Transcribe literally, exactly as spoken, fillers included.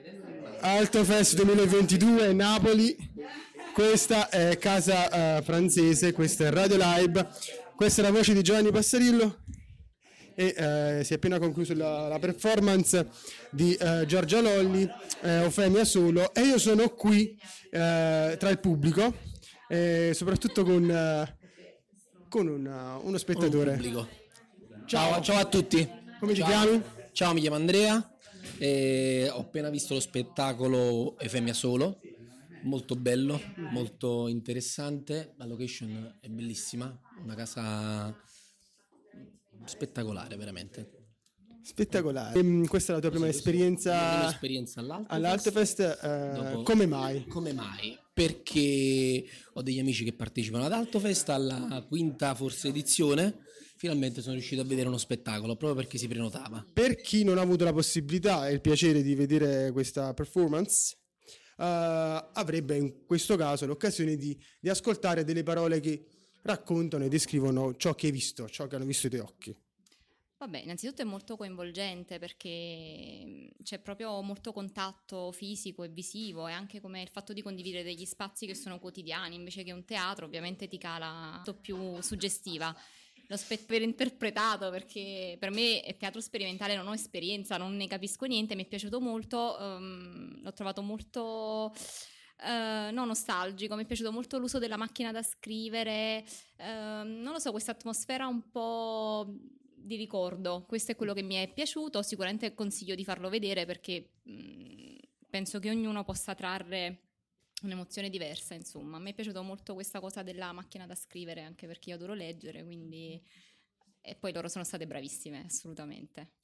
Altofest duemilaventidue Napoli. Questa è casa uh, francese, questa è Radio Live, questa è la voce di Giovanni Passarillo e uh, si è appena conclusa la, la performance di uh, Giorgia Lolli, uh, Eufemia Solo, e io sono qui uh, tra il pubblico e soprattutto con, uh, con una, uno spettatore. Un pubblico. Ciao, ciao a tutti. Come ciao. ti chiami? Ciao, mi chiamo Andrea. E ho appena visto lo spettacolo Eufemia Solo, molto bello, molto interessante, la location è bellissima, una casa spettacolare veramente. Spettacolare. E, questa è la tua prima esperienza, la prima esperienza all'Altofest, all'Altofest eh, dopo, come mai? Come mai? Perché ho degli amici che partecipano ad Altofest, alla quinta forse edizione, finalmente sono riuscito a vedere uno spettacolo, proprio perché si prenotava. Per chi non ha avuto la possibilità e il piacere di vedere questa performance, uh, avrebbe in questo caso l'occasione di, di ascoltare delle parole che raccontano e descrivono ciò che hai visto, ciò che hanno visto i tuoi occhi. Vabbè, innanzitutto è molto coinvolgente perché c'è proprio molto contatto fisico e visivo, e anche come il fatto di condividere degli spazi che sono quotidiani invece che un teatro ovviamente ti cala molto più suggestiva. L'ho spe- interpretato perché per me è teatro sperimentale, non ho esperienza, non ne capisco niente, mi è piaciuto molto, um, l'ho trovato molto... Uh, no, nostalgico, mi è piaciuto molto l'uso della macchina da scrivere, uh, non lo so, questa atmosfera un po' di ricordo, questo è quello che mi è piaciuto. Sicuramente consiglio di farlo vedere perché mh, penso che ognuno possa trarre un'emozione diversa, insomma. A me è piaciuto molto questa cosa della macchina da scrivere, anche perché io adoro leggere, quindi... e poi loro sono state bravissime, assolutamente.